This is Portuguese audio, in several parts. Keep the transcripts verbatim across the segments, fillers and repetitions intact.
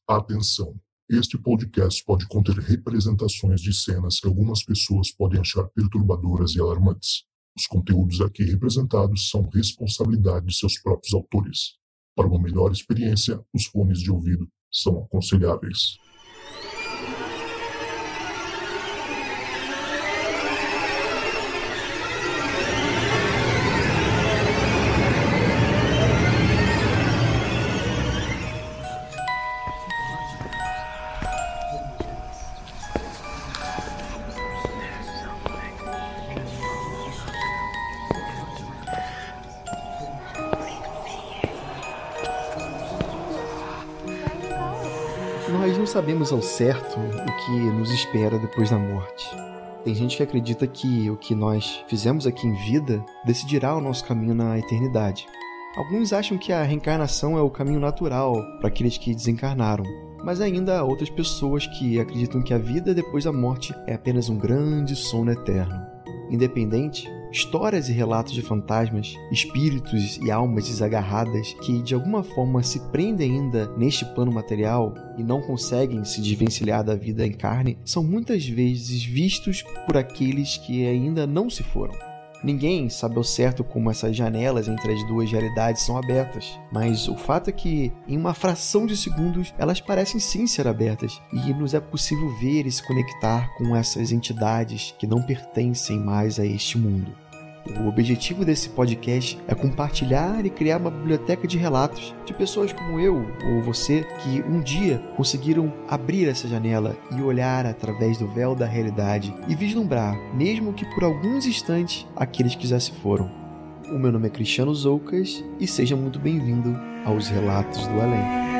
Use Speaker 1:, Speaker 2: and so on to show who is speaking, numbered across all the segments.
Speaker 1: Atenção! Este podcast pode conter representações de cenas que algumas pessoas podem achar perturbadoras e alarmantes. Os conteúdos aqui representados são responsabilidade de seus próprios autores. Para uma melhor experiência, os fones de ouvido são aconselháveis.
Speaker 2: Nós não sabemos ao certo o que nos espera depois da morte. Tem gente que acredita que o que nós fizemos aqui em vida decidirá o nosso caminho na eternidade. Alguns acham que a reencarnação é o caminho natural para aqueles que desencarnaram, mas ainda há outras pessoas que acreditam que a vida depois da morte é apenas um grande sono eterno. Independente, histórias e relatos de fantasmas, espíritos e almas desagarradas que de alguma forma se prendem ainda neste plano material e não conseguem se desvencilhar da vida em carne são muitas vezes vistos por aqueles que ainda não se foram. Ninguém sabe ao certo como essas janelas entre as duas realidades são abertas, mas o fato é que, em uma fração de segundos, elas parecem sim ser abertas e nos é possível ver e se conectar com essas entidades que não pertencem mais a este mundo. O objetivo desse podcast é compartilhar e criar uma biblioteca de relatos de pessoas como eu ou você que um dia conseguiram abrir essa janela e olhar através do véu da realidade e vislumbrar, mesmo que por alguns instantes, aqueles que já se foram. O meu nome é Cristiano Zoucas e seja muito bem-vindo aos Relatos do Além.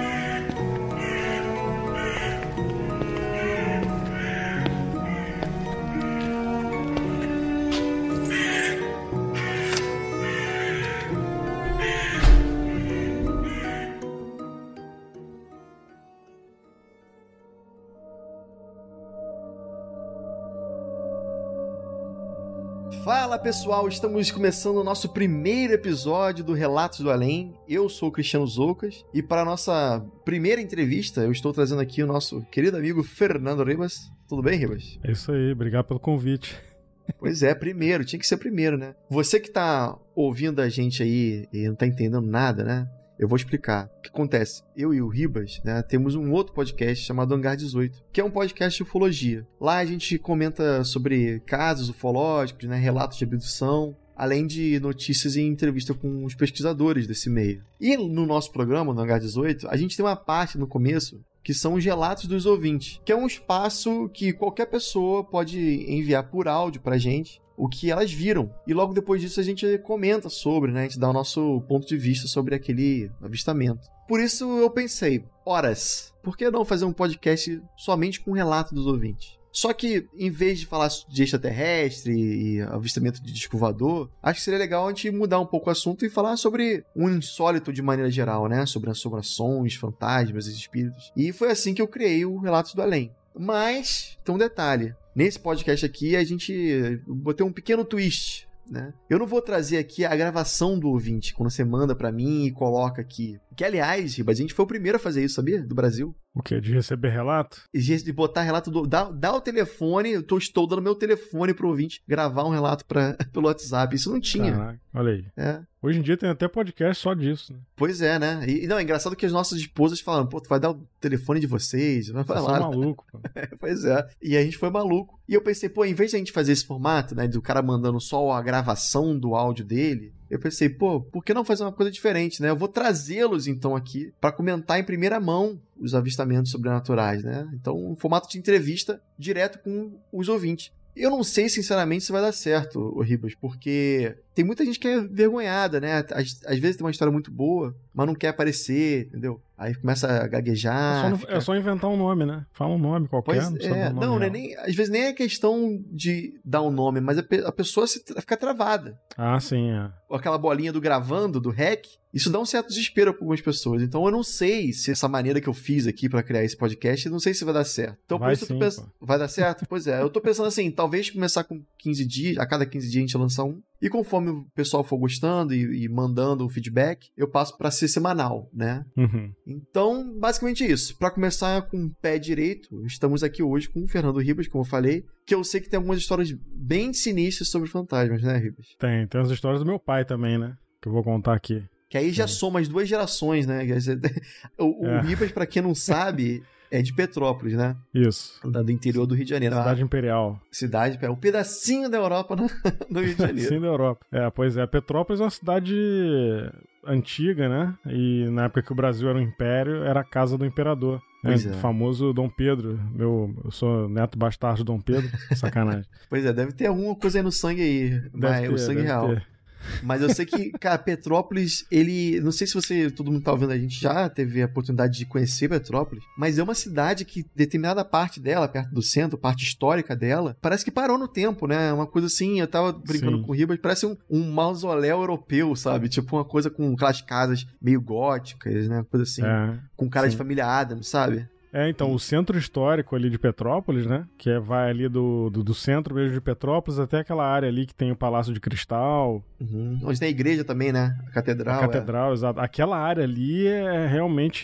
Speaker 2: Fala pessoal, estamos começando o nosso primeiro episódio do Relatos do Além. Eu sou o Cristiano Zoucas e para a nossa primeira entrevista eu estou trazendo aqui o nosso querido amigo Fernando Ribas. Tudo bem, Ribas?
Speaker 3: É isso aí, obrigado pelo convite.
Speaker 2: Pois é, primeiro, tinha que ser primeiro, né? Você que tá ouvindo a gente aí e não tá entendendo nada, né? Eu vou explicar. O que acontece? Eu e o Ribas, né, temos um outro podcast chamado Hangar dezoito, que é um podcast de ufologia. Lá a gente comenta sobre casos ufológicos, né, relatos de abdução, além de notícias e entrevista com os pesquisadores desse meio. E no nosso programa, no Hangar dezoito, a gente tem uma parte no começo que são os relatos dos ouvintes, que é um espaço que qualquer pessoa pode enviar por áudio pra gente o que elas viram. E logo depois disso a gente comenta sobre, né? A gente dá o nosso ponto de vista sobre aquele avistamento. Por isso eu pensei, horas, por que não fazer um podcast somente com o relato dos ouvintes? Só que, em vez de falar de extraterrestre e avistamento de disco voador, acho que seria legal a gente mudar um pouco o assunto e falar sobre um insólito de maneira geral, né? Sobre assombrações, fantasmas e espíritos. E foi assim que eu criei o Relatos do Além. Mas, tem um detalhe. Nesse podcast aqui, a gente botei um pequeno twist, né? Eu não vou trazer aqui a gravação do ouvinte, quando você manda pra mim e coloca aqui. Que, aliás, Ribas, a gente foi o primeiro a fazer isso, sabia? Do Brasil.
Speaker 3: O quê? De receber relato?
Speaker 2: De botar relato do... Dá, dá o telefone, eu tô, estou dando meu telefone pro ouvinte gravar um relato pra, pelo WhatsApp. Isso não tinha.
Speaker 3: Caraca, olha aí.
Speaker 2: É.
Speaker 3: Hoje em dia tem até podcast só disso, né?
Speaker 2: Pois é, né? E não, é engraçado que as nossas esposas falaram, pô, tu vai dar o telefone de vocês, vai falar.
Speaker 3: Vocês são maluco, pô.
Speaker 2: Pois é. E a gente foi maluco. E eu pensei, pô, em vez de a gente fazer esse formato, né, do cara mandando só a gravação do áudio dele, eu pensei, pô, por que não fazer uma coisa diferente, né? Eu vou trazê-los, então, aqui pra comentar em primeira mão os avistamentos sobrenaturais, né? Então, um formato de entrevista direto com os ouvintes. Eu não sei, sinceramente, se vai dar certo, ô Ribas, porque tem muita gente que é vergonhada, né? Às, às vezes tem uma história muito boa, mas não quer aparecer, entendeu? Aí começa a gaguejar.
Speaker 3: É só, não,
Speaker 2: fica...
Speaker 3: é só inventar um nome, né? Fala um nome qualquer.
Speaker 2: Pois
Speaker 3: não precisa
Speaker 2: é,
Speaker 3: dar um nome
Speaker 2: não, né?
Speaker 3: real.
Speaker 2: Nem, às vezes nem é questão de dar um nome, mas a, pe- a pessoa se tra- fica travada.
Speaker 3: Ah, sim, é.
Speaker 2: Aquela bolinha do gravando, do rec, isso dá um certo desespero para algumas pessoas. Então eu não sei se essa maneira que eu fiz aqui pra criar esse podcast, eu não sei se vai dar certo. Então
Speaker 3: Vai
Speaker 2: por isso
Speaker 3: sim,
Speaker 2: eu tô pensando, vai dar certo? Pois é, eu tô pensando assim, talvez começar com quinze dias, a cada quinze dias a gente lança um, E conforme o pessoal for gostando e, e mandando o feedback, eu passo para ser semanal, né?
Speaker 3: Uhum.
Speaker 2: Então, basicamente isso. Para começar com o pé direito, estamos aqui hoje com o Fernando Ribas, como eu falei, que eu sei que tem algumas histórias bem sinistras sobre fantasmas, né, Ribas?
Speaker 3: Tem, tem as histórias do meu pai também, né? Que eu vou contar aqui.
Speaker 2: Que aí já
Speaker 3: Sim.
Speaker 2: soma as duas gerações, né? O,
Speaker 3: É.
Speaker 2: o Ribas, pra quem não sabe, é de Petrópolis, né?
Speaker 3: Isso.
Speaker 2: Da- Do interior do Rio de Janeiro.
Speaker 3: Cidade
Speaker 2: Ah,
Speaker 3: Imperial.
Speaker 2: cidade, é um pedacinho da Europa no, no Rio de Janeiro.
Speaker 3: Sim, da Europa. É, pois é. Petrópolis é uma cidade antiga, né? E na época que o Brasil era um império, era a casa do imperador. Né?
Speaker 2: Pois é.
Speaker 3: O famoso Dom Pedro. Meu, eu sou neto bastardo de Dom Pedro. Sacanagem.
Speaker 2: Pois é, deve ter alguma coisa aí no sangue aí.
Speaker 3: Deve
Speaker 2: Mas,
Speaker 3: ter,
Speaker 2: o sangue
Speaker 3: deve
Speaker 2: real.
Speaker 3: ter.
Speaker 2: Mas eu sei que, cara, Petrópolis, ele... Não sei se você, todo mundo tá ouvindo, a gente já teve a oportunidade de conhecer Petrópolis, mas é uma cidade que, determinada parte dela, perto do centro, parte histórica dela, parece que parou no tempo, né? Uma coisa assim, eu tava brincando
Speaker 3: Sim.
Speaker 2: com o Ribas, parece um, um mausoléu europeu, sabe? Tipo uma coisa com aquelas casas meio góticas, né? Uma coisa assim,
Speaker 3: É.
Speaker 2: com cara
Speaker 3: sim.
Speaker 2: de família Adams, sabe?
Speaker 3: É, então, o centro histórico ali de Petrópolis, né? Que é, vai ali do, do, do centro mesmo de Petrópolis até aquela área ali que tem o Palácio de Cristal,
Speaker 2: Uhum. Onde tem a igreja também, né? A catedral.
Speaker 3: a catedral, exato. Aquela área ali é realmente...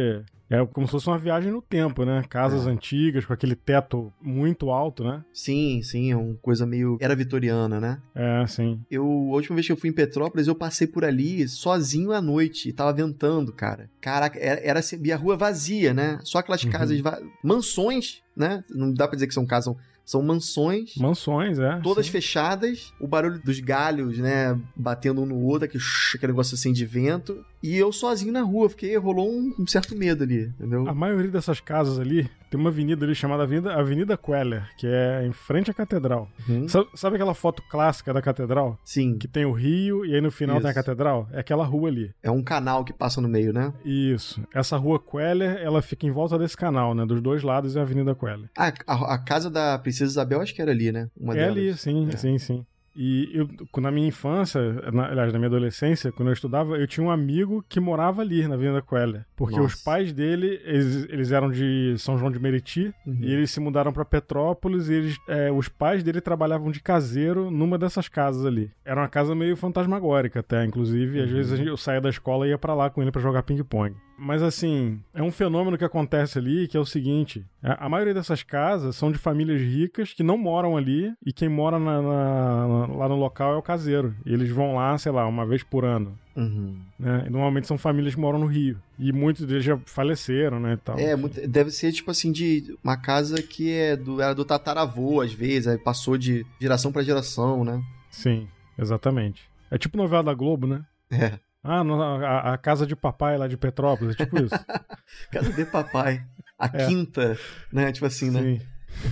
Speaker 3: É como se fosse uma viagem no tempo, né? Casas
Speaker 2: É.
Speaker 3: antigas, com aquele teto muito alto, né?
Speaker 2: É. Sim, sim, é uma coisa meio... Era vitoriana, né?
Speaker 3: É, sim.
Speaker 2: Eu, a última vez que eu fui em Petrópolis, eu passei por ali sozinho à noite, e tava ventando, cara. Caraca, era, era assim, e a rua vazia, né? Só aquelas
Speaker 3: Uhum.
Speaker 2: casas, va- mansões, né? Não dá pra dizer que são casas, são, são mansões,
Speaker 3: Mansões, é.
Speaker 2: todas
Speaker 3: sim.
Speaker 2: fechadas, o barulho dos galhos, né, batendo um no outro, aquele, aquele negócio assim de vento, e eu sozinho na rua, fiquei, rolou um, um certo medo ali, entendeu?
Speaker 3: A maioria dessas casas ali, tem uma avenida ali chamada Avenida, Avenida Queller, que é em frente à catedral.
Speaker 2: Uhum.
Speaker 3: Sabe, sabe aquela foto clássica da catedral?
Speaker 2: Sim,
Speaker 3: Que tem o rio e aí no final tem a
Speaker 2: Isso.
Speaker 3: catedral? É aquela rua ali.
Speaker 2: é um canal que passa no meio, né?
Speaker 3: Isso. Essa rua Queller, ela fica em volta desse canal, né? Dos dois lados é a Avenida Queller.
Speaker 2: Ah, a, a casa da Princesa Isabel, acho que era ali, né? Uma
Speaker 3: É
Speaker 2: delas.
Speaker 3: ali, sim,
Speaker 2: É.
Speaker 3: sim, sim. E eu, na minha infância, na, aliás, na minha adolescência, quando eu estudava, eu tinha um amigo que morava ali na Avenida Queller. Porque
Speaker 2: Nossa.
Speaker 3: os pais dele, eles, eles eram de São João de Meriti,
Speaker 2: Uhum.
Speaker 3: e eles se mudaram pra Petrópolis, e eles, é, os pais dele trabalhavam de caseiro numa dessas casas ali. Era uma casa meio fantasmagórica até, inclusive, e às
Speaker 2: Uhum.
Speaker 3: vezes a gente- eu saía da escola e ia pra lá com ele pra jogar ping-pong. Mas assim, é um fenômeno que acontece ali, que é o seguinte, a a maioria dessas casas são de famílias ricas que não moram ali, e quem mora na- na- na- lá no local é o caseiro. E eles vão lá, sei lá, uma vez por ano.
Speaker 2: Uhum.
Speaker 3: Né? E normalmente são famílias que moram no Rio. E muitos deles já faleceram, né? E tal.
Speaker 2: É, muito- deve ser tipo assim, de uma casa que é do, era do tataravô, às vezes, aí passou de geração pra geração, né?
Speaker 3: Sim, exatamente. É tipo novela da Globo, né?
Speaker 2: É.
Speaker 3: Ah, no- a, a casa de papai lá de Petrópolis, é tipo isso.
Speaker 2: Casa de papai. A
Speaker 3: É.
Speaker 2: quinta, né? Tipo assim, né?
Speaker 3: Sim.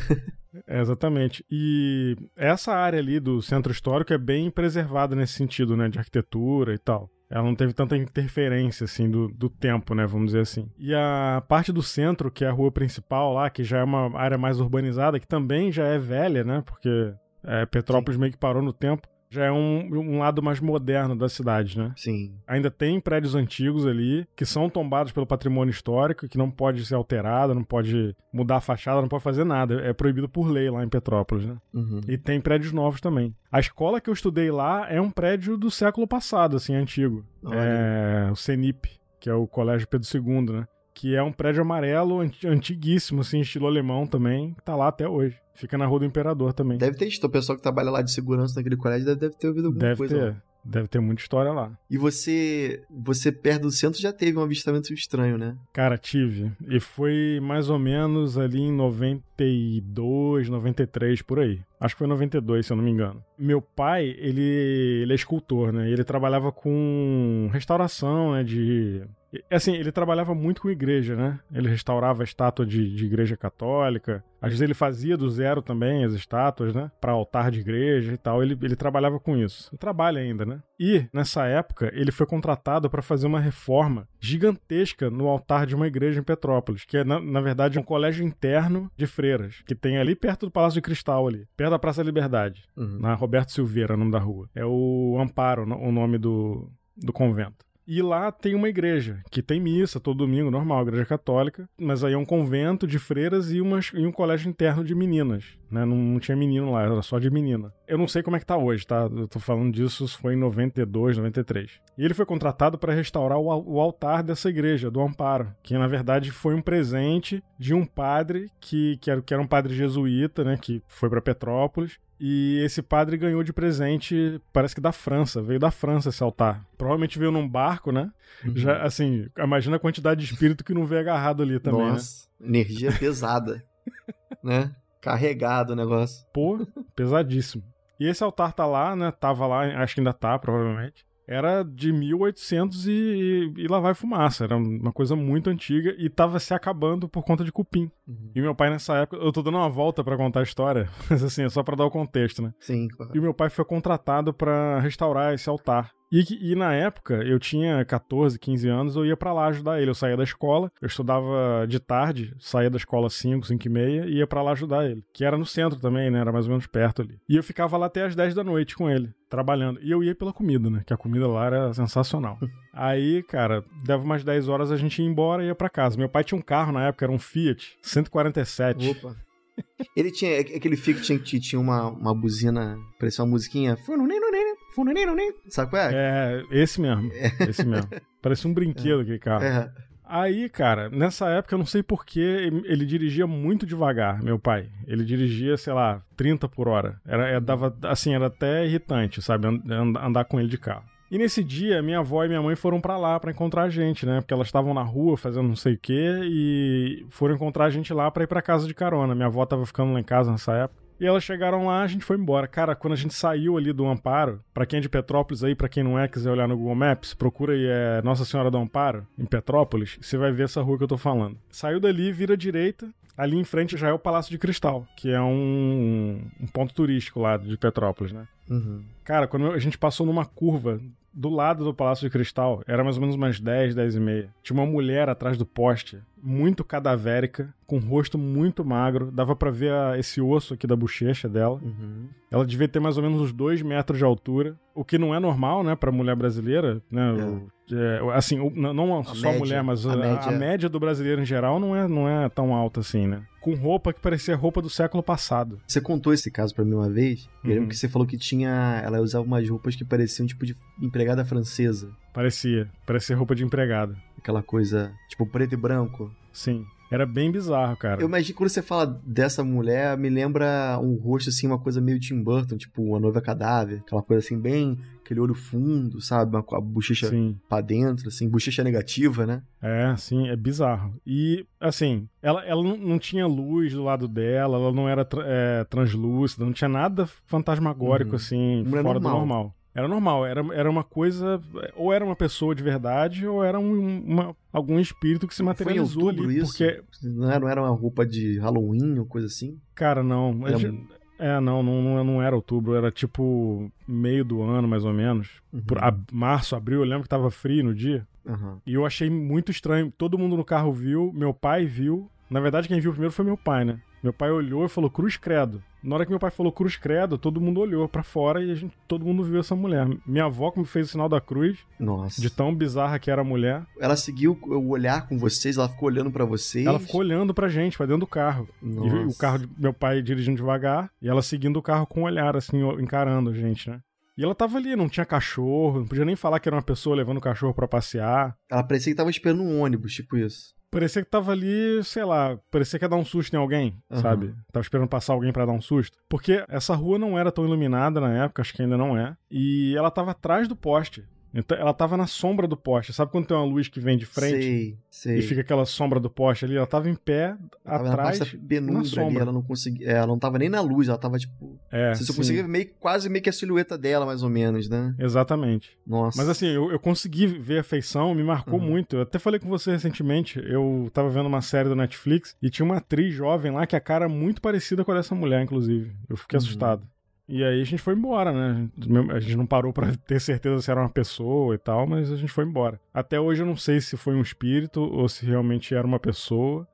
Speaker 3: É, exatamente. E essa área ali do centro histórico é bem preservada nesse sentido, né? De arquitetura e tal. Ela não teve tanta interferência, assim, do, do tempo, né? Vamos dizer assim. E a parte do centro, que é a rua principal lá, que já é uma área mais urbanizada, que também já é velha, né? Porque é, Petrópolis meio que parou no tempo. Já é um, um lado mais moderno da cidade, né?
Speaker 2: Sim.
Speaker 3: Ainda tem prédios antigos ali que são tombados pelo patrimônio histórico, que não pode ser alterado, não pode mudar a fachada, não pode fazer nada. É proibido por lei lá em Petrópolis, né?
Speaker 2: Uhum.
Speaker 3: E tem prédios novos também. A escola que eu estudei lá é um prédio do século passado, assim, antigo.
Speaker 2: Olha.
Speaker 3: É o CENIP, que é o Colégio Pedro segundo, né? Que é um prédio amarelo, anti- antiguíssimo, assim, estilo alemão também, que tá lá até hoje. Fica na Rua do Imperador também.
Speaker 2: Deve ter visto, o pessoal que trabalha lá de segurança naquele colégio deve, deve ter ouvido alguma
Speaker 3: Deve
Speaker 2: coisa.
Speaker 3: ter,
Speaker 2: lá.
Speaker 3: deve ter muita história lá.
Speaker 2: E você, você perto do centro já teve um avistamento estranho, né?
Speaker 3: Cara, tive. E foi mais ou menos ali em noventa e dois, noventa e três, por aí. Acho que foi noventa e dois, se eu não me engano. Meu pai, ele, ele é escultor, né? E ele trabalhava com restauração, né? De... Assim, ele trabalhava muito com igreja, né? Ele restaurava a estátua de, de igreja católica. Às vezes ele fazia do zero também as estátuas, né? Pra altar de igreja e tal. Ele, ele trabalhava com isso. Ele trabalha ainda, né? E, nessa época, ele foi contratado para fazer uma reforma gigantesca no altar de uma igreja em Petrópolis, que é, na, na verdade, um colégio interno de freiras, que tem ali perto do Palácio de Cristal, ali, perto da Praça da Liberdade,
Speaker 2: Uhum.
Speaker 3: na Roberto Silveira, o nome da rua. É o Amparo, o nome do, do convento. E lá tem uma igreja, que tem missa todo domingo, normal, igreja católica, mas aí é um convento de freiras e, umas, e um colégio interno de meninas, né? Não, não tinha menino lá, era só de menina. Eu não sei como é que tá hoje, tá? Eu tô falando disso, isso foi em noventa e dois, noventa e três. E ele foi contratado para restaurar o, o altar dessa igreja, do Amparo, que na verdade foi um presente de um padre que, que, era, que era um padre jesuíta, né? Que foi para Petrópolis. E esse padre ganhou de presente, parece que da França, veio da França esse altar. Provavelmente veio num barco, né? Uhum. Já, assim, imagina a quantidade de espírito que não veio agarrado ali também,
Speaker 2: Nossa, né? Energia pesada, né? Carregado o negócio.
Speaker 3: Pô, pesadíssimo. E esse altar tá lá, né? Tava lá, acho que ainda tá, provavelmente. Era de mil e oitocentos e, e, e lá vai fumaça. Era uma coisa muito antiga e tava se acabando por conta de cupim. Uhum. E meu pai nessa época... Eu tô dando uma volta pra contar a história, mas assim, é só pra dar o contexto, né?
Speaker 2: Sim, claro.
Speaker 3: E o meu pai foi contratado pra restaurar esse altar. E, e na época, eu tinha catorze, quinze anos, eu ia pra lá ajudar ele. Eu saía da escola, eu estudava de tarde, saía da escola às cinco, cinco e meia e ia pra lá ajudar ele. Que era no centro também, né? Era mais ou menos perto ali. E eu ficava lá até às dez da noite com ele, trabalhando. E eu ia pela comida, né? Que a comida lá era sensacional. Aí, cara, dava umas dez horas, a gente ia embora e ia pra casa. Meu pai tinha um carro na época, era um Fiat cento e quarenta e sete.
Speaker 2: Opa! Ele tinha aquele Fiat que tinha, tinha uma, uma buzina, parecia uma musiquinha. Sabe qual é?
Speaker 3: É, esse mesmo. É. Esse mesmo. Parecia um brinquedo é. aquele carro. É. Aí, cara, nessa época eu não sei porquê, ele dirigia muito devagar, meu pai. Ele dirigia, sei lá, trinta por hora. Era, era, dava, assim, era até irritante, sabe, andar com ele de carro. E nesse dia, minha avó e minha mãe foram pra lá pra encontrar a gente, né? Porque elas estavam na rua fazendo não sei o quê e foram encontrar a gente lá pra ir pra casa de carona. Minha avó tava ficando lá em casa nessa época. E elas chegaram lá, a gente foi embora. Cara, quando a gente saiu ali do Amparo, pra quem é de Petrópolis aí, pra quem não é, quiser olhar no Google Maps, procura aí, é Nossa Senhora do Amparo, em Petrópolis, você vai ver essa rua que eu tô falando. Saiu dali, vira à direita, ali em frente já é o Palácio de Cristal, que é um, um ponto turístico lá de Petrópolis, né?
Speaker 2: Uhum.
Speaker 3: Cara, quando a gente passou numa curva do lado do Palácio de Cristal, era mais ou menos umas dez, dez e meia. Tinha uma mulher atrás do poste, muito cadavérica, com o rosto muito magro. Dava pra ver a, esse osso aqui da bochecha dela.
Speaker 2: Uhum.
Speaker 3: Ela devia ter mais ou menos uns dois metros de altura, o que não é normal, né, pra mulher brasileira, né?
Speaker 2: É.
Speaker 3: O, é, assim, o, não a só média, mulher, mas a, a, média... a média do brasileiro em geral não é, não é tão alta assim, né? Com roupa que parecia roupa do século passado.
Speaker 2: Você contou esse caso pra mim uma vez, e eu lembro que você falou que tinha... Ela usava umas roupas que pareciam tipo de empregada francesa.
Speaker 3: Parecia, parecia roupa de empregada.
Speaker 2: Aquela coisa, tipo, preto e branco.
Speaker 3: Sim. Era bem bizarro, cara.
Speaker 2: Eu imagino, quando você fala dessa mulher, me lembra um rosto, assim, uma coisa meio Tim Burton, tipo uma noiva cadáver, aquela coisa assim, bem, aquele olho fundo, sabe? Uma, a bochecha sim. pra dentro, assim, bochecha negativa, né?
Speaker 3: É, sim, é bizarro. E, assim, ela, ela não, não tinha luz do lado dela, ela não era é, translúcida, não tinha nada fantasmagórico, uhum. assim,
Speaker 2: mulher
Speaker 3: fora
Speaker 2: normal.
Speaker 3: do normal. Era normal, era, era uma coisa, ou era uma pessoa de verdade, ou era um, uma, algum espírito que se materializou
Speaker 2: Foi em outubro
Speaker 3: ali.
Speaker 2: Isso?
Speaker 3: Porque
Speaker 2: não era, não era uma roupa de Halloween ou coisa assim?
Speaker 3: Cara, não.
Speaker 2: Era...
Speaker 3: Gente, é, não, não, não era outubro, era tipo meio do ano, mais ou menos.
Speaker 2: Uhum.
Speaker 3: Por, a, março, abril, eu lembro que tava frio no dia.
Speaker 2: Uhum.
Speaker 3: E eu achei muito estranho. Todo mundo no carro viu, meu pai viu. Na verdade, quem viu primeiro foi meu pai, né? Meu pai olhou e falou, cruz credo. Na hora que meu pai falou cruz credo, todo mundo olhou pra fora e a gente, todo mundo viu essa mulher. Minha avó me fez o sinal da cruz.
Speaker 2: Nossa.
Speaker 3: De tão bizarra que era a mulher.
Speaker 2: Ela seguiu o olhar com vocês? Ela ficou olhando pra vocês?
Speaker 3: Ela ficou olhando pra gente, pra dentro do carro.
Speaker 2: Nossa.
Speaker 3: E o carro, meu pai dirigindo devagar, e ela seguindo o carro com o olhar, assim, encarando a gente, né? E ela tava ali, não tinha cachorro, não podia nem falar que era uma pessoa levando o cachorro pra passear.
Speaker 2: Ela parecia que tava esperando um ônibus, tipo isso.
Speaker 3: Parecia que tava ali, sei lá, parecia que ia dar um susto em alguém, uhum. sabe? Tava esperando passar alguém pra dar um susto. Porque essa rua não era tão iluminada na época, acho que ainda não é. E ela tava atrás do poste. Então, ela tava na sombra do poste. Sabe quando tem uma luz que vem de frente?
Speaker 2: Sei, sei.
Speaker 3: E fica aquela sombra do poste ali? Ela tava em pé, ela atrás, na, penumbra na sombra.
Speaker 2: Ali, ela não conseguia, ela não tava nem na luz, ela tava tipo...
Speaker 3: É,
Speaker 2: Você só conseguia ver meio, quase meio que a silhueta dela, mais ou menos, né?
Speaker 3: Exatamente.
Speaker 2: Nossa.
Speaker 3: Mas assim, eu, eu consegui ver a feição, me marcou uhum. muito. Eu até falei com você recentemente, eu tava vendo uma série do Netflix e tinha uma atriz jovem lá que a cara é muito parecida com a dessa mulher, inclusive. Eu fiquei uhum. assustado. E aí a gente foi embora, né? A gente não parou pra ter certeza se era uma pessoa e tal, mas a gente foi embora. Até hoje eu não sei se foi um espírito ou se realmente era uma pessoa,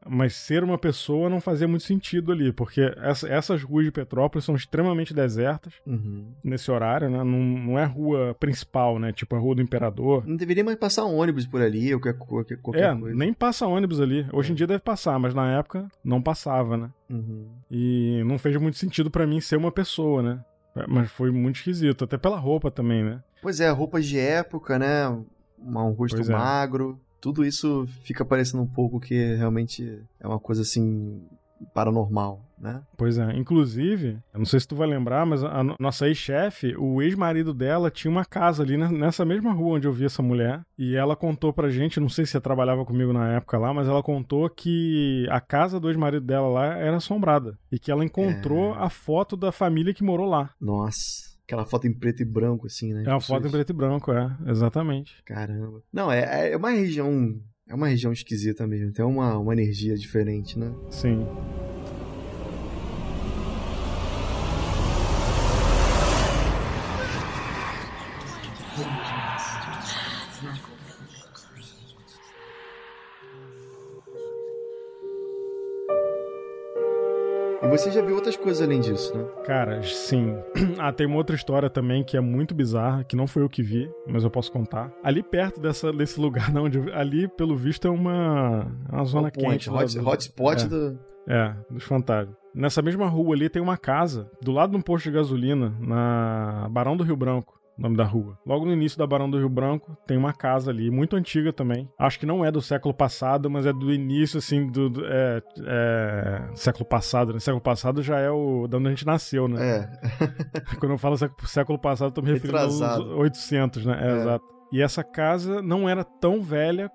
Speaker 3: mas ser uma pessoa não fazia muito sentido ali, porque essa, essas ruas de Petrópolis são extremamente desertas
Speaker 2: Uhum.
Speaker 3: nesse horário, né? Não, não é rua principal, né? Tipo a Rua do Imperador.
Speaker 2: Não deveria mais passar um ônibus por ali, ou qualquer, qualquer, qualquer
Speaker 3: É,
Speaker 2: coisa.
Speaker 3: nem passa ônibus ali. Hoje em dia deve passar, mas na época não passava, né?
Speaker 2: Uhum.
Speaker 3: E não fez muito sentido pra mim ser uma pessoa, né? Mas foi muito esquisito, até pela roupa também, né?
Speaker 2: Pois é, roupas de época, né? Um rosto
Speaker 3: Pois é.
Speaker 2: magro. Tudo isso fica parecendo um pouco que realmente é uma coisa assim paranormal, né?
Speaker 3: Pois é, inclusive, eu não sei se tu vai lembrar, mas a no- nossa ex-chefe, o ex-marido dela tinha uma casa ali ne- nessa mesma rua onde eu vi essa mulher, e ela contou pra gente, não sei se você trabalhava comigo na época lá, mas ela contou que a casa do ex-marido dela lá era assombrada, e que ela encontrou
Speaker 2: É.
Speaker 3: a foto da família que morou lá.
Speaker 2: Nossa, aquela foto em preto e branco assim, né?
Speaker 3: É uma foto em preto e branco, é, exatamente.
Speaker 2: Caramba. Não, é, é uma região, é uma região esquisita mesmo, tem uma, uma energia diferente, né?
Speaker 3: Sim.
Speaker 2: E você já viu outras coisas além disso, né?
Speaker 3: Cara, sim. Ah, tem uma outra história também que é muito bizarra, que não foi eu que vi, mas eu posso contar. Ali perto dessa, desse lugar, não, onde eu vi- ali, pelo visto, é uma, é uma zona
Speaker 2: Um point,
Speaker 3: quente. lá
Speaker 2: hot,
Speaker 3: do-
Speaker 2: hotspot
Speaker 3: é.
Speaker 2: do...
Speaker 3: É, dos fantasmas. Nessa mesma rua ali tem uma casa, do lado de um posto de gasolina, na Barão do Rio Branco, o nome da rua. Logo no início da Barão do Rio Branco, tem uma casa ali, muito antiga também. Acho que não é do século passado, mas é do início, assim, do... do- é, é, século passado, né? Século passado já é o... da onde a gente nasceu, né?
Speaker 2: É.
Speaker 3: Quando eu falo século, século passado, eu tô me referindo aos
Speaker 2: Retrasado.
Speaker 3: oitocentos, né? É,
Speaker 2: É.
Speaker 3: exato. E essa casa não era tão velha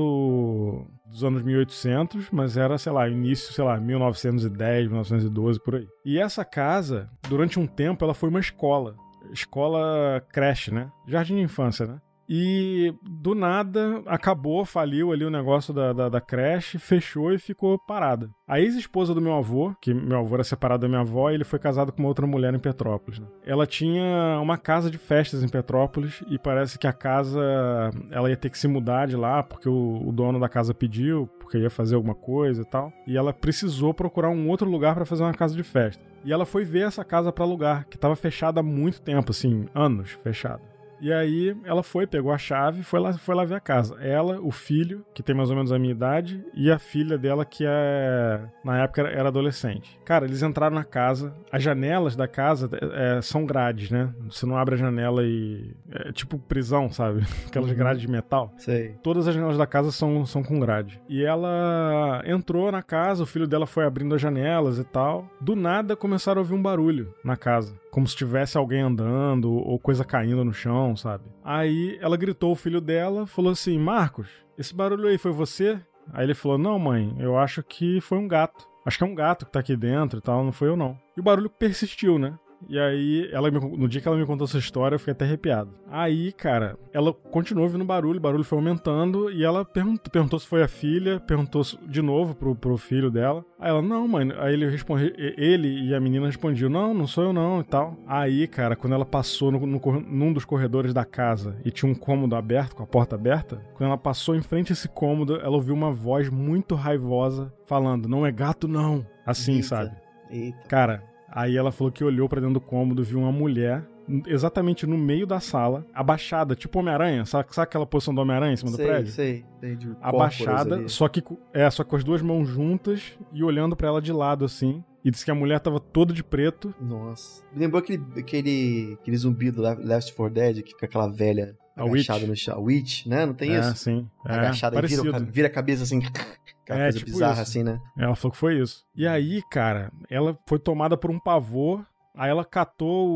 Speaker 3: quanto dos anos mil e oitocentos, mas era, sei lá, início, sei lá, mil novecentos e dez, mil novecentos e doze, por aí. E essa casa, durante um tempo, ela foi uma escola. Escola creche, né? Jardim de infância, né? E do nada acabou, faliu ali o negócio da, da, da creche, fechou e ficou parada. A ex-esposa do meu avô, que meu avô era separado da minha avó, e ele foi casado com uma outra mulher em Petrópolis, né? Ela tinha uma casa de festas em Petrópolis e parece que a casa, ela ia ter que se mudar de lá porque o, o dono da casa pediu, porque ia fazer alguma coisa e tal. E ela precisou procurar um outro lugar pra fazer uma casa de festa. E ela foi ver essa casa pra alugar, que tava fechada há muito tempo, assim, anos fechada. E aí ela foi, pegou a chave, foi lá, foi lá ver a casa. Ela, o filho, que tem mais ou menos a minha idade, e a filha dela, que é na época era, era adolescente. Cara, eles entraram na casa, as janelas da casa é, são grades, né? Você não abre a janela e... é tipo prisão, sabe? Aquelas
Speaker 2: Uhum.
Speaker 3: grades de metal.
Speaker 2: Sei.
Speaker 3: Todas as janelas da casa são, são com grade. E ela entrou na casa, o filho dela foi abrindo as janelas e tal. Do nada começaram a ouvir um barulho na casa. Como se tivesse alguém andando ou coisa caindo no chão, sabe? Aí ela gritou o filho dela, falou assim: Marcos, esse barulho aí foi você? Aí ele falou: não, mãe, eu acho que foi um gato. Acho que é um gato que tá aqui dentro e tal, não foi eu não. E o barulho persistiu, né? E aí, ela me, no dia que ela me contou essa história, eu fiquei até arrepiado. Aí, cara, ela continuou ouvindo barulho, o barulho foi aumentando, e ela perguntou, perguntou se foi a filha, perguntou de novo pro, pro filho dela. Aí ela, não, mãe. Aí ele respondeu, ele e a menina respondiam, não, não sou eu não, e tal. Aí, cara, quando ela passou no, no, num dos corredores da casa e tinha um cômodo aberto, com a porta aberta, quando ela passou em frente a esse cômodo, ela ouviu uma voz muito raivosa falando, não é gato não. Assim,
Speaker 2: Eita.
Speaker 3: sabe?
Speaker 2: Eita.
Speaker 3: Cara, aí ela falou que olhou pra dentro do cômodo, viu uma mulher exatamente no meio da sala, abaixada, tipo Homem-Aranha, sabe, sabe aquela posição do Homem-Aranha em cima
Speaker 2: sei,
Speaker 3: do prédio?
Speaker 2: Sei, sei. De
Speaker 3: Abaixada,
Speaker 2: ali.
Speaker 3: só que, é, só com as duas mãos juntas e olhando pra ela de lado, assim. E disse que a mulher tava toda de preto.
Speaker 2: Nossa. Me lembrou aquele, aquele, aquele zumbi do Left four Dead, que fica aquela velha
Speaker 3: A
Speaker 2: agachada
Speaker 3: Witch.
Speaker 2: no chão. A Witch, né? Não tem
Speaker 3: é,
Speaker 2: isso?
Speaker 3: sim. É,
Speaker 2: Agachada e
Speaker 3: parecido.
Speaker 2: vira, vira a cabeça assim. Aquela
Speaker 3: É,
Speaker 2: coisa
Speaker 3: tipo
Speaker 2: bizarra
Speaker 3: isso.
Speaker 2: assim, né?
Speaker 3: Ela falou que foi isso. E aí, cara, ela foi tomada por um pavor. Aí ela catou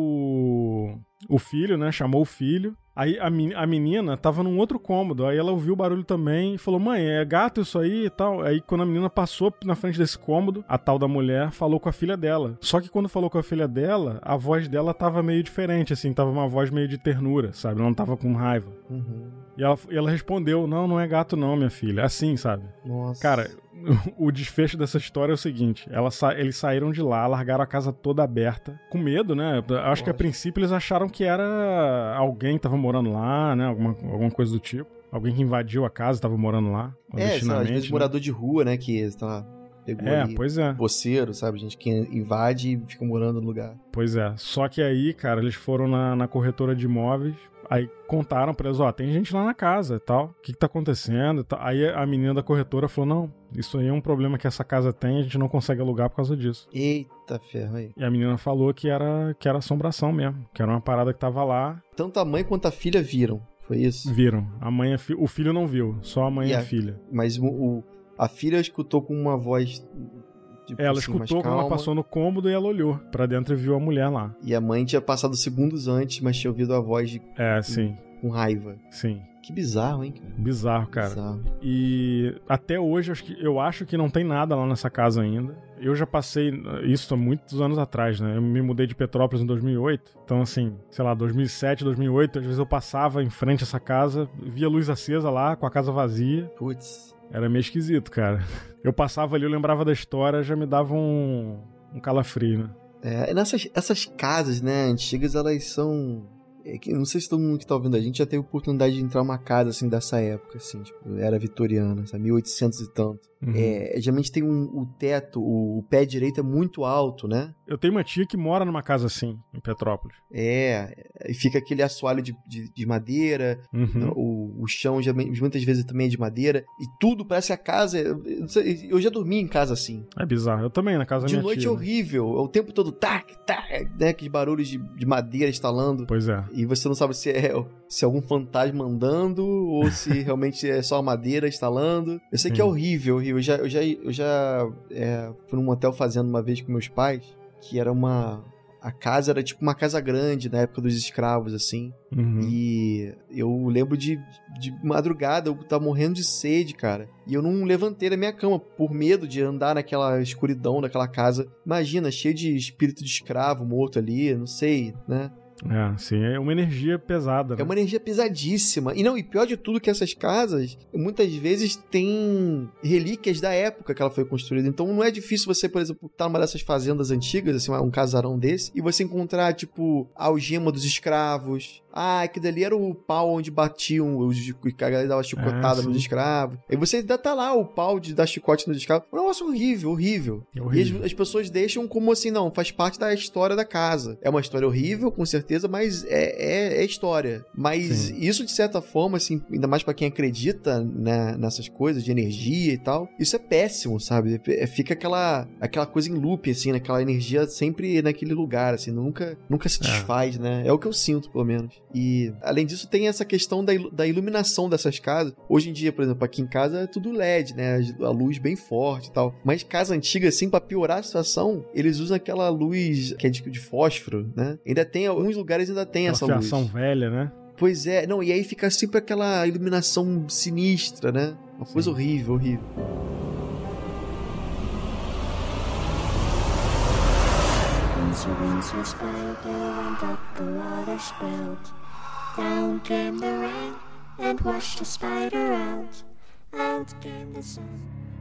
Speaker 3: o, o filho, né? Chamou o filho. Aí a, men- a menina tava num outro cômodo. Aí ela ouviu o barulho também e falou, mãe, é gato isso aí e tal. Aí quando a menina passou na frente desse cômodo, a tal da mulher falou com a filha dela. Só que quando falou com a filha dela, a voz dela tava meio diferente, assim. Tava uma voz meio de ternura, sabe? Ela não tava com raiva.
Speaker 2: Uhum.
Speaker 3: E ela, e ela respondeu, não, não é gato não, minha filha. Assim, sabe?
Speaker 2: Nossa.
Speaker 3: Cara, o desfecho dessa história é o seguinte: ela sa- eles saíram de lá, largaram a casa toda aberta, com medo, né? Acho que a
Speaker 2: Lógico.
Speaker 3: princípio eles acharam que era alguém que tava morando lá, né? Alguma, alguma coisa do tipo. Alguém que invadiu a casa, tava morando lá.
Speaker 2: É, sabe, às vezes
Speaker 3: né?
Speaker 2: morador de rua, né, que tá, pegou
Speaker 3: é,
Speaker 2: ali,
Speaker 3: pois é.
Speaker 2: boceiro, sabe, gente que invade e fica morando no lugar.
Speaker 3: Pois é, só que aí, cara, eles foram na, na corretora de imóveis, aí contaram pra eles, ó, tem gente lá na casa e tal, o que que tá acontecendo e tal. Aí a menina da corretora falou, não, isso aí é um problema que essa casa tem, a gente não consegue alugar por causa disso.
Speaker 2: Eita ferro aí.
Speaker 3: E a menina falou que era, que era assombração mesmo, que era uma parada que tava lá.
Speaker 2: Tanto a mãe quanto a filha viram, foi isso?
Speaker 3: Viram, a mãe, a fi... o filho não viu, só a mãe e, e a, a filha.
Speaker 2: Mas o, o, a filha escutou com uma voz... Tipo
Speaker 3: ela
Speaker 2: assim,
Speaker 3: escutou quando ela passou no cômodo e ela olhou pra dentro e viu a mulher lá.
Speaker 2: E a mãe tinha passado segundos antes, mas tinha ouvido a voz de...
Speaker 3: É,
Speaker 2: com,
Speaker 3: sim.
Speaker 2: Com raiva.
Speaker 3: Sim.
Speaker 2: Que bizarro, hein, cara?
Speaker 3: Bizarro, cara.
Speaker 2: Bizarro.
Speaker 3: E até hoje, acho que, eu acho que não tem nada lá nessa casa ainda. Eu já passei isso há muitos anos atrás, né? Eu me mudei de Petrópolis em dois mil e oito. Então, assim, sei lá, dois mil e sete, dois mil e oito, às vezes eu passava em frente a essa casa, via a luz acesa lá, com a casa vazia.
Speaker 2: Putz...
Speaker 3: Era meio esquisito, cara. Eu passava ali, eu lembrava da história, já me dava um, um calafrio, né?
Speaker 2: É, nessas essas casas, né, antigas, elas são... É que, não sei se todo mundo que tá ouvindo a gente já teve oportunidade de entrar numa casa, assim, dessa época, assim, tipo, era vitoriana, sabe, mil e oitocentos e tanto. Uhum. É, geralmente tem um, o teto, o, o pé direito é muito alto, né?
Speaker 3: Eu tenho uma tia que mora numa casa assim, em Petrópolis.
Speaker 2: É, e fica aquele assoalho de, de, de madeira,
Speaker 3: uhum.
Speaker 2: o, o chão já, muitas vezes também é de madeira, e tudo parece a casa... Eu já dormi em casa assim.
Speaker 3: É bizarro, eu também, na casa da minha tia.
Speaker 2: De noite é horrível, o tempo todo tac, tac, né, aqueles barulhos de, de madeira estalando.
Speaker 3: Pois é.
Speaker 2: E você não sabe se é, se é algum fantasma andando ou se realmente é só a madeira estalando. Eu sei Sim. que é horrível, horrível. Eu já, eu já, eu já é, fui num motel fazendo uma vez com meus pais, que era uma... A casa era tipo uma casa grande na época dos escravos, assim.
Speaker 3: Uhum.
Speaker 2: E eu lembro de, de madrugada, eu tava morrendo de sede, cara. E eu não levantei da minha cama por medo de andar naquela escuridão daquela casa. Imagina, cheio de espírito de escravo morto ali, não sei, né?
Speaker 3: É, sim, é uma energia pesada, né?
Speaker 2: É uma energia pesadíssima. E não, e pior de tudo que essas casas, muitas vezes tem relíquias da época que ela foi construída. Então não é difícil você, por exemplo, estar numa dessas fazendas antigas, assim, um casarão desse, e você encontrar, tipo, a algema dos escravos. Ah, que dali era o pau onde batiam, os, a galera dava chicotada é, nos escravos. Aí você ainda tá lá, o pau de dar chicote nos escravos. Um negócio horrível, horrível.
Speaker 3: É horrível.
Speaker 2: E as, as pessoas deixam como assim, não, faz parte da história da casa. É uma história horrível, com certeza, mas é, é, é história. Mas Sim. isso, de certa forma, assim, ainda mais pra quem acredita, né, nessas coisas de energia e tal, isso é péssimo, sabe? É, fica aquela, aquela coisa em loop, assim, aquela energia sempre naquele lugar, assim, nunca, nunca se desfaz, é. né? É o que eu sinto, pelo menos. E, além disso, tem essa questão da, il- da iluminação dessas casas. Hoje em dia, por exemplo, aqui em casa é tudo L E D, né? A luz bem forte e tal. Mas casa antiga, assim, pra piorar a situação, eles usam aquela luz que é de, de fósforo, né? Ainda tem, alguns lugares ainda tem
Speaker 3: aquela
Speaker 2: essa luz.
Speaker 3: fiação velha, né?
Speaker 2: Pois é. Não, e aí fica sempre aquela iluminação sinistra, né? Uma Sim. coisa horrível, horrível.
Speaker 4: Once a winter spider went up the water spout. Down came the rain and washed the spider out. Out came the sun.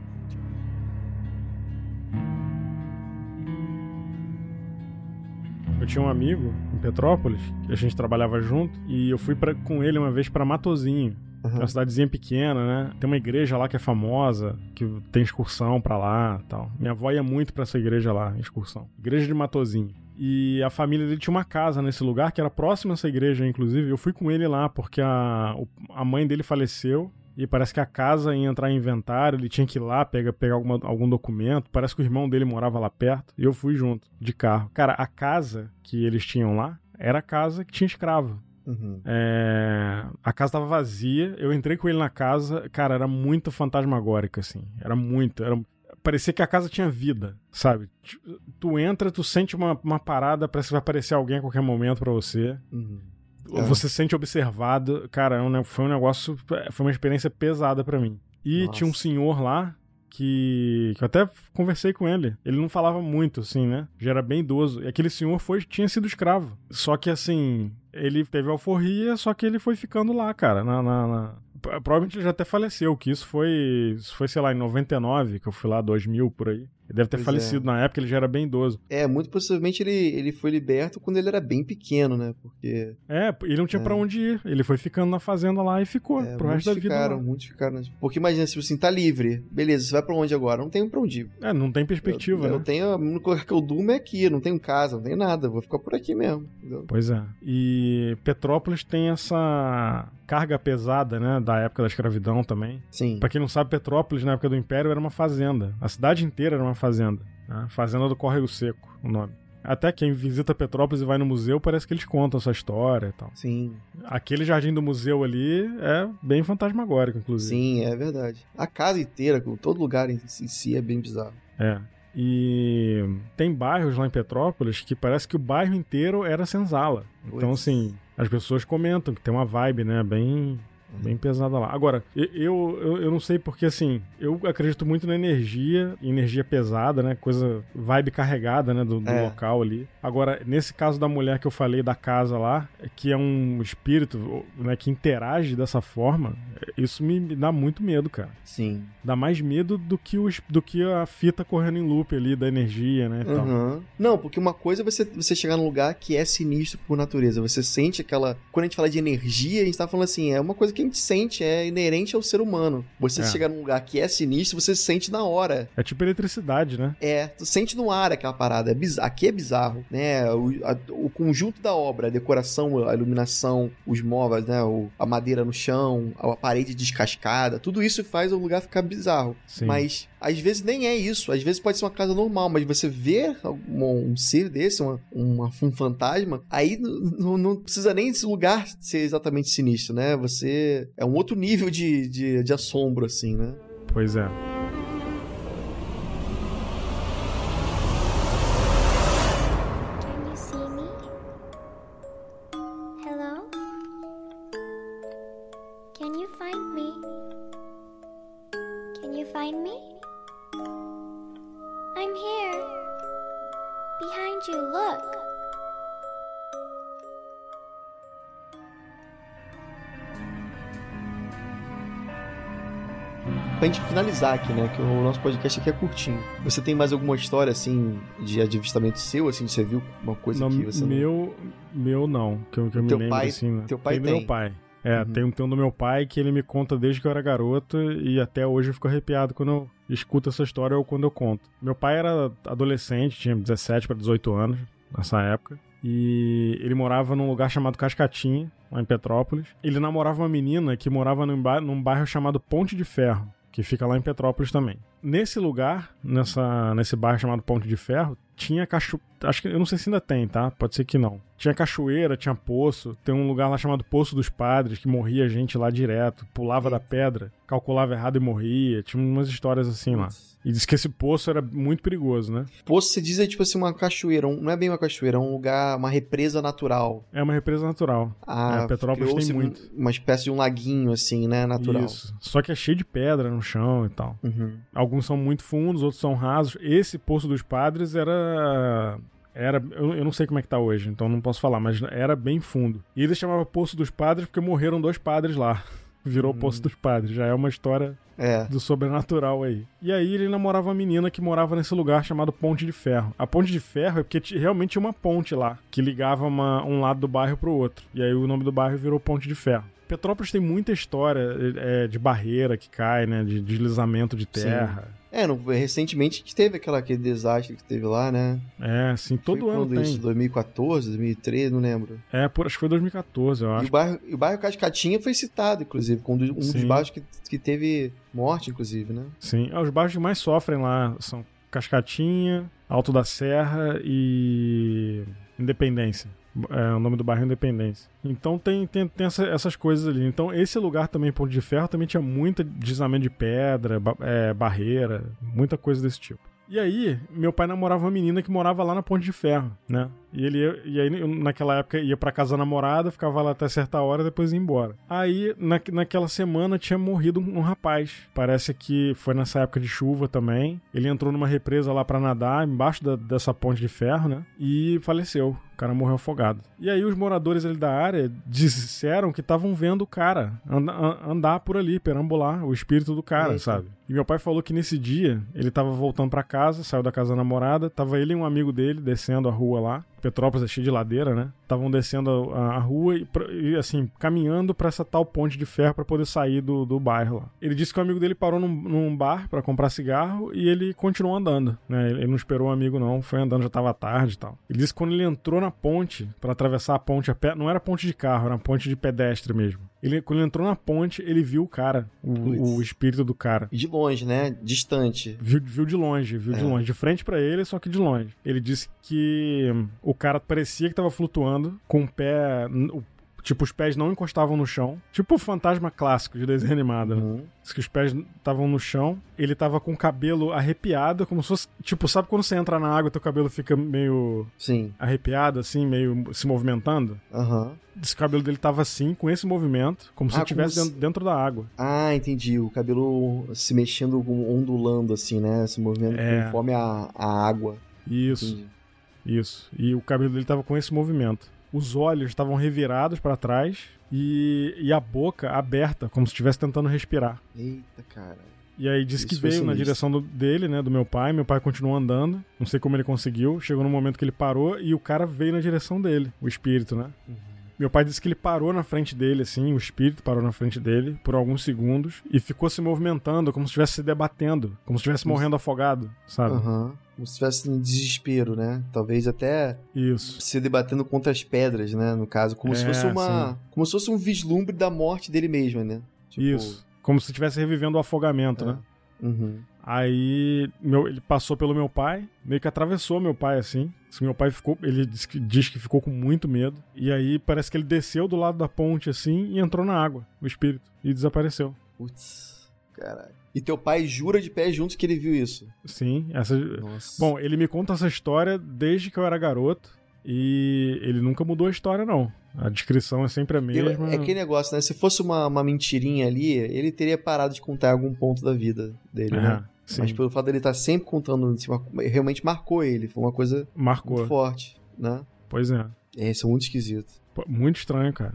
Speaker 3: Eu tinha um amigo em Petrópolis, que a gente trabalhava junto, e eu fui pra, com ele uma vez pra Matozinho. Uhum. É uma cidadezinha pequena, né? Tem uma igreja lá que é famosa, que tem excursão pra lá e tal. Minha avó ia muito pra essa igreja lá, excursão. Igreja de Matozinho. E a família dele tinha uma casa nesse lugar, que era próxima a essa igreja, inclusive. Eu fui com ele lá, porque a, a mãe dele faleceu. E parece que a casa ia entrar em inventário, ele tinha que ir lá pegar, pegar alguma, algum documento. Parece que o irmão dele morava lá perto. E eu fui junto, de carro. Cara, a casa que eles tinham lá era a casa que tinha escravo.
Speaker 2: Uhum.
Speaker 3: É... A casa tava vazia, eu entrei com ele na casa, cara, era muito fantasmagórica, assim. Era muito, era... Parecia que a casa tinha vida, sabe? Tu entra, tu sente uma, uma parada, parece que vai aparecer alguém a qualquer momento pra você.
Speaker 2: Uhum.
Speaker 3: É. Você se sente observado. Cara, foi um negócio, foi uma experiência pesada pra mim. E Nossa. Tinha um senhor lá que, que eu até conversei com ele. Ele não falava muito, assim, né? Já era bem idoso. E aquele senhor foi, tinha sido escravo. Só que, assim, ele teve alforria, só que ele foi ficando lá, cara. Na, na, na... Provavelmente ele já até faleceu, que isso foi, isso foi, sei lá, em noventa e nove, que eu fui lá, dois mil, por aí. Ele deve ter
Speaker 2: Pois
Speaker 3: falecido
Speaker 2: é.
Speaker 3: na época, ele já era bem idoso.
Speaker 2: É, muito possivelmente ele, ele foi liberto quando ele era bem pequeno, né? Porque
Speaker 3: É, ele não tinha
Speaker 2: É.
Speaker 3: pra onde ir. Ele foi ficando na fazenda lá e ficou
Speaker 2: é,
Speaker 3: pro
Speaker 2: muitos
Speaker 3: resto da vida
Speaker 2: ficaram,
Speaker 3: lá.
Speaker 2: muitos ficaram. né? Porque imagina, se você tá livre, beleza, você vai pra onde agora? Não tenho pra onde ir.
Speaker 3: É, não tem perspectiva,
Speaker 2: eu,
Speaker 3: né?
Speaker 2: eu tenho, a única coisa que eu durmo é aqui, não tenho casa, não tenho nada, vou ficar por aqui mesmo. Entendeu?
Speaker 3: Pois é. E Petrópolis tem essa carga pesada, né, da época da escravidão também.
Speaker 2: Sim.
Speaker 3: Pra quem não sabe, Petrópolis, na época do Império, era uma fazenda. A cidade inteira era uma fazenda. Né? Fazenda do Córrego Seco, o nome. Até quem visita Petrópolis e vai no museu, parece que eles contam essa história e tal.
Speaker 2: Sim.
Speaker 3: Aquele jardim do museu ali é bem fantasmagórico, inclusive.
Speaker 2: Sim, é verdade. A casa inteira, com todo lugar em si, em si é bem bizarro.
Speaker 3: É. E tem bairros lá em Petrópolis que parece que o bairro inteiro era senzala. Então,
Speaker 2: Pois.
Speaker 3: assim, as pessoas comentam que tem uma vibe, né, bem... Bem pesada lá. Agora, eu, eu, eu não sei porque, assim, eu acredito muito na energia, energia pesada, né? Coisa, vibe carregada, né? Do, do
Speaker 2: É.
Speaker 3: local ali. Agora, nesse caso da mulher que eu falei, da casa lá, que é um espírito, né? Que interage dessa forma, isso me, me dá muito medo, cara.
Speaker 2: Sim.
Speaker 3: Dá mais medo do que, o, do que a fita correndo em loop ali, da energia, né? E tal.
Speaker 2: Uhum. Não, porque uma coisa é você, você chegar num lugar que é sinistro por natureza. Você sente aquela... Quando a gente fala de energia, a gente tá falando assim, é uma coisa que a gente sente, é inerente ao ser humano. Você
Speaker 3: É.
Speaker 2: chegar num lugar que é sinistro, você sente na hora.
Speaker 3: É tipo eletricidade, né?
Speaker 2: É, tu sente no ar aquela parada. É bizarro. Aqui é bizarro, né? O, a- o conjunto da obra, a decoração, a iluminação, os móveis, né? O- a madeira no chão, a parede descascada, tudo isso faz o lugar ficar bizarro.
Speaker 3: Sim.
Speaker 2: Mas às vezes nem é isso. Às vezes pode ser uma casa normal, mas você vê um, um ser desse, uma, uma- um fantasma, aí n- n- não precisa nem esse lugar ser exatamente sinistro, né? Você é um outro nível de, de, de assombro, assim, né?
Speaker 3: Pois é.
Speaker 4: Can you see me? Hello? Can you find me? Can you find me? I'm here. Behind you, look.
Speaker 2: Pra gente finalizar aqui, né? Que o nosso podcast aqui é curtinho. Você tem mais alguma história, assim, de avistamento seu, assim, você viu uma coisa
Speaker 3: Não,
Speaker 2: que você não...
Speaker 3: meu, meu não, que eu, que eu me
Speaker 2: Teu
Speaker 3: lembro
Speaker 2: pai-
Speaker 3: assim, né?
Speaker 2: teu pai
Speaker 3: tem do
Speaker 2: tem?
Speaker 3: meu pai. É,
Speaker 2: Uhum.
Speaker 3: tem um tem um do meu pai que ele me conta desde que eu era garoto e até hoje eu fico arrepiado quando eu escuto essa história ou quando eu conto. Meu pai era adolescente, tinha dezessete para dezoito anos nessa época. E ele morava num lugar chamado Cascatinha, lá em Petrópolis. Ele namorava uma menina que morava num, ba- num bairro chamado Ponte de Ferro, que fica lá em Petrópolis também. Nesse lugar, nessa, nesse bairro chamado Ponte de Ferro, tinha cacho... Acho que eu não sei se ainda tem, tá? Pode ser que não. Tinha cachoeira, tinha poço. Tem um lugar lá chamado Poço dos Padres, que morria gente lá direto. Pulava da pedra, calculava errado e morria. Tinha umas histórias assim lá. E diz que esse poço era muito perigoso, né?
Speaker 2: Poço, você diz, é tipo assim, uma cachoeira. um- não é bem uma cachoeira, é um lugar, uma represa natural.
Speaker 3: É uma represa natural.
Speaker 2: Ah,
Speaker 3: É, Petrópolis tem
Speaker 2: criou-se
Speaker 3: muito.
Speaker 2: um- uma espécie de um laguinho, assim, né? Natural.
Speaker 3: Isso. Só que é cheio de pedra no chão e tal.
Speaker 2: Uhum.
Speaker 3: Alguns são muito fundos, outros são rasos. Esse Poço dos Padres era... Era, eu, eu não sei como é que tá hoje, então não posso falar, mas era bem fundo. E ele chamava Poço dos Padres porque morreram dois padres lá. Virou
Speaker 2: Uhum.
Speaker 3: Poço dos Padres. Já é uma história
Speaker 2: É.
Speaker 3: do sobrenatural aí. E aí ele namorava uma menina que morava nesse lugar chamado Ponte de Ferro. A Ponte de Ferro é porque t- realmente tinha uma ponte lá, que ligava uma- um lado do bairro pro outro. E aí o nome do bairro virou Ponte de Ferro. Petrópolis tem muita história é, de barreira que cai, né? De deslizamento de terra.
Speaker 2: É, não, recentemente que teve aquela, aquele desastre que teve lá, né?
Speaker 3: É, assim, todo
Speaker 2: Foi
Speaker 3: ano
Speaker 2: quando
Speaker 3: tem.
Speaker 2: isso? dois mil e quatorze, dois mil e treze, não lembro.
Speaker 3: É, por, acho que foi dois mil e catorze, eu
Speaker 2: E
Speaker 3: acho.
Speaker 2: o bairro, e o bairro Cascatinha foi citado, inclusive, como um dos- um dos
Speaker 3: Sim.
Speaker 2: bairros que, que teve morte, inclusive, né?
Speaker 3: Sim, é, os bairros que mais sofrem lá são Cascatinha, Alto da Serra e Independência. É, o nome do bairro é Independência. Então tem, tem, tem essa- essas coisas ali. Então esse lugar também, Ponte de Ferro, também tinha muito deslizamento de pedra, ba- é, barreira, muita coisa desse tipo. E aí, meu pai namorava uma menina que morava lá na Ponte de Ferro, né? E ele ia, e aí, naquela época, ia pra casa da namorada, ficava lá até certa hora, depois ia embora. Aí, na, naquela semana, tinha morrido um, um rapaz. Parece que foi nessa época de chuva também. Ele entrou numa represa lá pra nadar, embaixo da, dessa ponte de ferro, né? E faleceu. O cara morreu afogado. E aí os moradores ali da área disseram que estavam vendo o cara and, andar por ali, perambular, o espírito do cara, Eita. sabe? E meu pai falou que nesse dia, ele tava voltando pra casa, saiu da casa da namorada, tava ele e um amigo dele descendo a rua lá. Petrópolis é cheio de ladeira, né? Estavam descendo a, a rua e, e, assim, caminhando pra essa tal ponte de ferro pra poder sair do, do bairro lá. Ele disse que o amigo dele parou num, num bar pra comprar cigarro e ele continuou andando, né? Ele não esperou o amigo não, foi andando, já tava tarde e tal. Ele disse que quando ele entrou na ponte, pra atravessar a ponte a pé, não era ponte de carro, era ponte de pedestre mesmo. Ele, quando ele entrou na ponte, ele viu o cara, o, o espírito do cara.
Speaker 2: De longe, né? Distante.
Speaker 3: Viu, viu de longe, viu é. de longe. De frente pra ele, só que de longe. Ele disse que o cara parecia que tava flutuando, com o pé... Tipo, os pés não encostavam no chão. Tipo o fantasma clássico de desenho animado, né? Uhum. Diz que os pés estavam no chão. Ele tava com o cabelo arrepiado, como se fosse... Tipo, sabe quando você entra na água e teu cabelo fica meio...
Speaker 2: Sim.
Speaker 3: Arrepiado, assim, meio se movimentando?
Speaker 2: Aham. Uhum.
Speaker 3: Diz que o cabelo dele tava assim, com esse movimento, como se ah, estivesse se... dentro, dentro da água.
Speaker 2: Ah, entendi. O cabelo se mexendo, ondulando, assim, né? Se movendo é. conforme a, a água.
Speaker 3: Isso. Entendi. Isso. E o cabelo dele tava com esse movimento. Os olhos estavam revirados para trás e, e a boca aberta, como se estivesse tentando respirar.
Speaker 2: Eita, cara.
Speaker 3: E aí disse que veio na direção do, dele, né, do meu pai. Meu pai continuou andando. Não sei como ele conseguiu. Chegou no momento que ele parou e o cara veio na direção dele, o espírito, né? Uhum. Meu pai disse que ele parou na frente dele, assim, o espírito parou na frente dele por alguns segundos e ficou se movimentando, como se estivesse se debatendo, como se estivesse morrendo afogado, sabe?
Speaker 2: Aham. Uhum. Como se estivesse em desespero, né? Talvez até
Speaker 3: Isso.
Speaker 2: se debatendo contra as pedras, né? No caso, como é, se fosse uma, sim. como se fosse um vislumbre da morte dele mesmo, né?
Speaker 3: Tipo... Isso. Como se estivesse revivendo o afogamento, é. né?
Speaker 2: Uhum.
Speaker 3: Aí meu, ele passou pelo meu pai, meio que atravessou meu pai assim. Meu pai ficou, ele diz que, diz que ficou com muito medo. E aí parece que ele desceu do lado da ponte assim e entrou na água, o espírito, e desapareceu.
Speaker 2: Putz, caralho. E teu pai jura de pé juntos que ele viu isso?
Speaker 3: Sim, essa. Nossa. Bom, ele me conta essa história desde que eu era garoto. E ele nunca mudou a história, não. A descrição é sempre a mesma.
Speaker 2: É aquele negócio, né? Se fosse uma, uma mentirinha ali, ele teria parado de contar em algum ponto da vida dele, é, né? Sim. Mas pelo fato dele estar sempre contando, realmente marcou ele. Foi uma coisa
Speaker 3: marcou.
Speaker 2: muito forte, né?
Speaker 3: Pois é.
Speaker 2: É, isso é muito esquisito.
Speaker 3: Muito estranho, cara.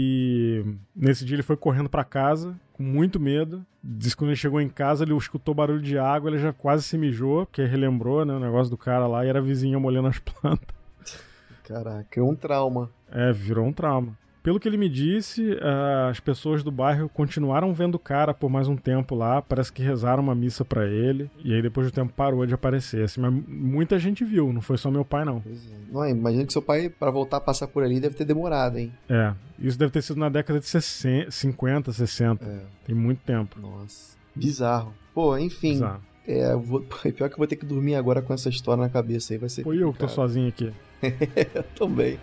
Speaker 3: E nesse dia ele foi correndo pra casa, com muito medo. Diz que quando ele chegou em casa, ele escutou barulho de água, ele já quase se mijou, porque relembrou, né, o negócio do cara lá, e era a vizinha molhando as plantas.
Speaker 2: Caraca, é um trauma.
Speaker 3: É, virou um trauma. Pelo que ele me disse, uh, as pessoas do bairro continuaram vendo o cara por mais um tempo lá, parece que rezaram uma missa pra ele, e aí depois do tempo parou de aparecer, assim, mas muita gente viu, não foi só meu pai, não.
Speaker 2: Pois é. Não, imagina que seu pai, pra voltar a passar por ali, deve ter demorado, hein?
Speaker 3: É, isso deve ter sido na década de sessenta, cinquenta, sessenta, é. Tem muito tempo.
Speaker 2: Nossa, bizarro. Pô, enfim... Bizarro. É, vou, pior que eu vou ter que dormir agora com essa história na cabeça aí, vai ser...
Speaker 3: Foi eu que tô sozinho aqui.
Speaker 2: Eu também.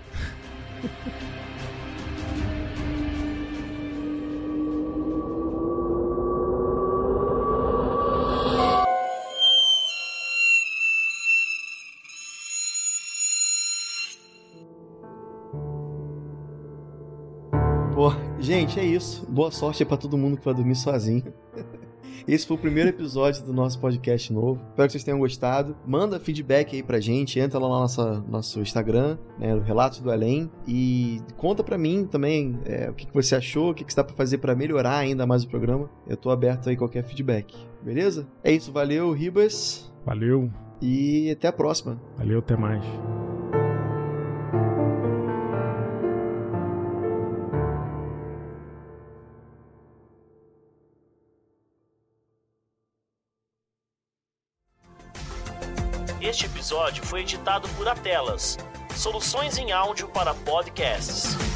Speaker 2: Pô, gente, é isso. Boa sorte aí pra todo mundo que vai dormir sozinho. Esse foi o primeiro episódio do nosso podcast novo. Espero que vocês tenham gostado. Manda feedback aí pra gente. Entra lá no nosso, nosso Instagram, né, Relatos do Além. E conta pra mim também é, o que, que você achou, o que, que você dá pra fazer pra melhorar ainda mais o programa. Eu tô aberto aí a qualquer feedback. Beleza? É isso. Valeu, Ribas.
Speaker 3: Valeu.
Speaker 2: E até a próxima.
Speaker 3: Valeu, até mais.
Speaker 5: Este episódio foi editado por Atelas, soluções em áudio para podcasts.